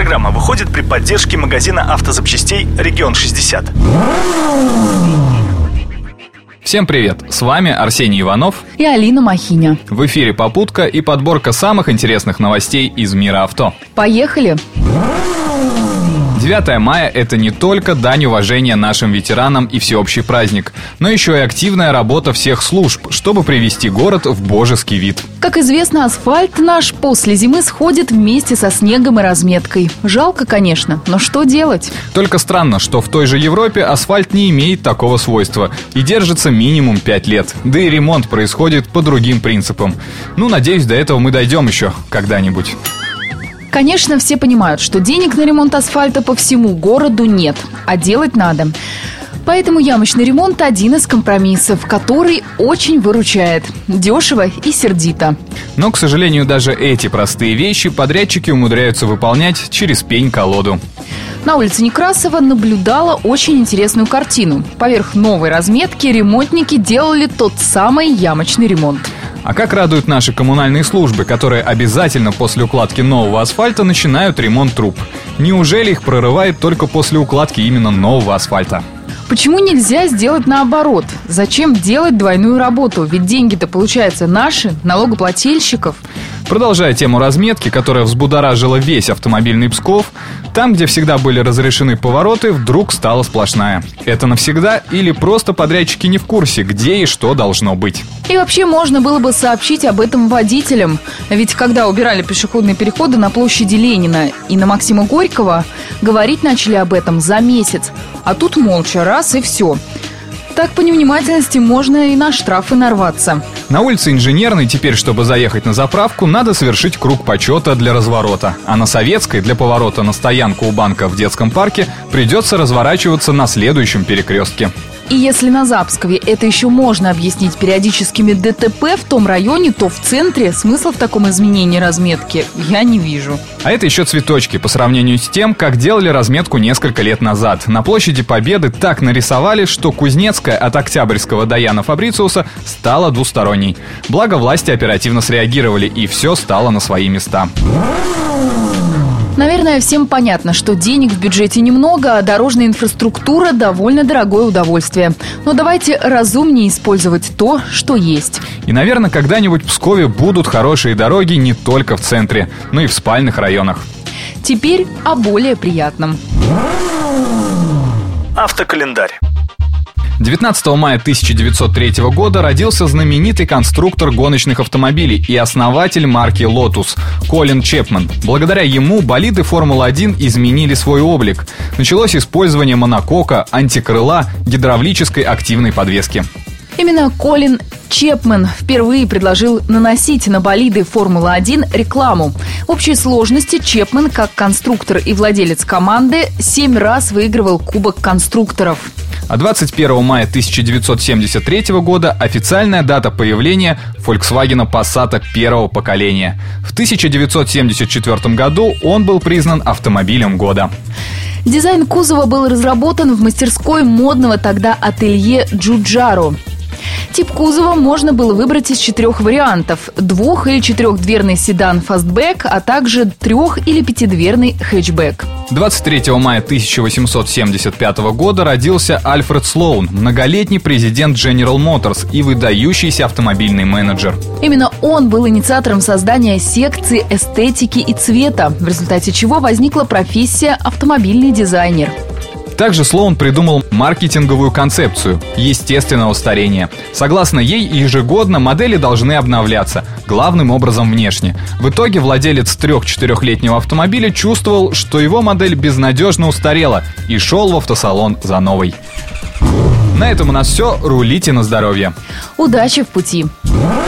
программа выходит при поддержке магазина автозапчастей «Регион 60». Всем привет! С вами Арсений Иванов и Алина Махиня. В эфире «Попутка» и подборка самых интересных новостей из мира авто. Поехали! 9 мая – это не только дань уважения нашим ветеранам и всеобщий праздник, но еще и активная работа всех служб, чтобы привести город в божеский вид. Как известно, асфальт наш после зимы сходит вместе со снегом и разметкой. Жалко, конечно, но что делать? Только странно, что в той же Европе асфальт не имеет такого свойства и держится минимум 5 лет. Да и ремонт происходит по другим принципам. Надеюсь, до этого мы дойдем еще когда-нибудь. Конечно, все понимают, что денег на ремонт асфальта по всему городу нет, а делать надо. Поэтому ямочный ремонт – один из компромиссов, который очень выручает. Дешево и сердито. Но, к сожалению, даже эти простые вещи подрядчики умудряются выполнять через пень-колоду. На улице Некрасова наблюдала очень интересную картину. Поверх новой разметки ремонтники делали тот самый ямочный ремонт. А как радуют наши коммунальные службы, которые обязательно после укладки нового асфальта начинают ремонт труб? Неужели их прорывает только после укладки именно нового асфальта? Почему нельзя сделать наоборот? Зачем делать двойную работу? Ведь деньги-то, получается, наши, налогоплательщиков. Продолжая тему разметки, которая взбудоражила весь автомобильный Псков, там, где всегда были разрешены повороты, вдруг стала сплошная. Это навсегда или просто подрядчики не в курсе, где и что должно быть? И вообще можно было бы сообщить об этом водителям. Ведь когда убирали пешеходные переходы на площади Ленина и на Максима Горького, говорить начали об этом за месяц. А тут молча раз и все. Так по невнимательности можно и на штрафы нарваться. На улице Инженерной теперь, чтобы заехать на заправку, надо совершить круг почета для разворота. А на Советской для поворота на стоянку у банка в детском парке придется разворачиваться на следующем перекрестке. И если на Запскове это еще можно объяснить периодическими ДТП в том районе, то в центре смысла в таком изменении разметки я не вижу. А это еще цветочки по сравнению с тем, как делали разметку несколько лет назад. На площади Победы так нарисовали, что Кузнецкая от Октябрьского до Яна Фабрициуса стала двусторонней. Благо власти оперативно среагировали, и все стало на свои места. Наверное, всем понятно, что денег в бюджете немного, а дорожная инфраструктура – довольно дорогое удовольствие. Но давайте разумнее использовать то, что есть. И, наверное, когда-нибудь в Пскове будут хорошие дороги не только в центре, но и в спальных районах. Теперь о более приятном. Автокалендарь. 19 мая 1903 года родился знаменитый конструктор гоночных автомобилей и основатель марки Lotus Колин Чепмен. Благодаря ему болиды Формулы-1 изменили свой облик. Началось использование монокока, антикрыла, гидравлической активной подвески. Именно Колин Чепмен впервые предложил наносить на болиды Формулы-1 рекламу. В общей сложности Чепмен, как конструктор и владелец команды, 7 раз выигрывал Кубок конструкторов. А 21 мая 1973 года официальная дата появления Volkswagen Passat первого поколения. В 1974 году он был признан автомобилем года. Дизайн кузова был разработан в мастерской модного тогда ателье Giugiaro. Тип кузова можно было выбрать из 4 вариантов: 2- или 4-дверный седан фастбэк, а также 3- или 5-дверный хэтчбэк. 23 мая 1875 года родился Альфред Слоун, многолетний президент General Motors и выдающийся автомобильный менеджер. Именно он был инициатором создания секции эстетики и цвета, в результате чего возникла профессия автомобильный дизайнер. Также Слоун придумал маркетинговую концепцию естественного старения. Согласно ей, ежегодно модели должны обновляться, главным образом внешне. В итоге владелец 3-4-летнего автомобиля чувствовал, что его модель безнадежно устарела, и шел в автосалон за новой. На этом у нас все. Рулите на здоровье. Удачи в пути!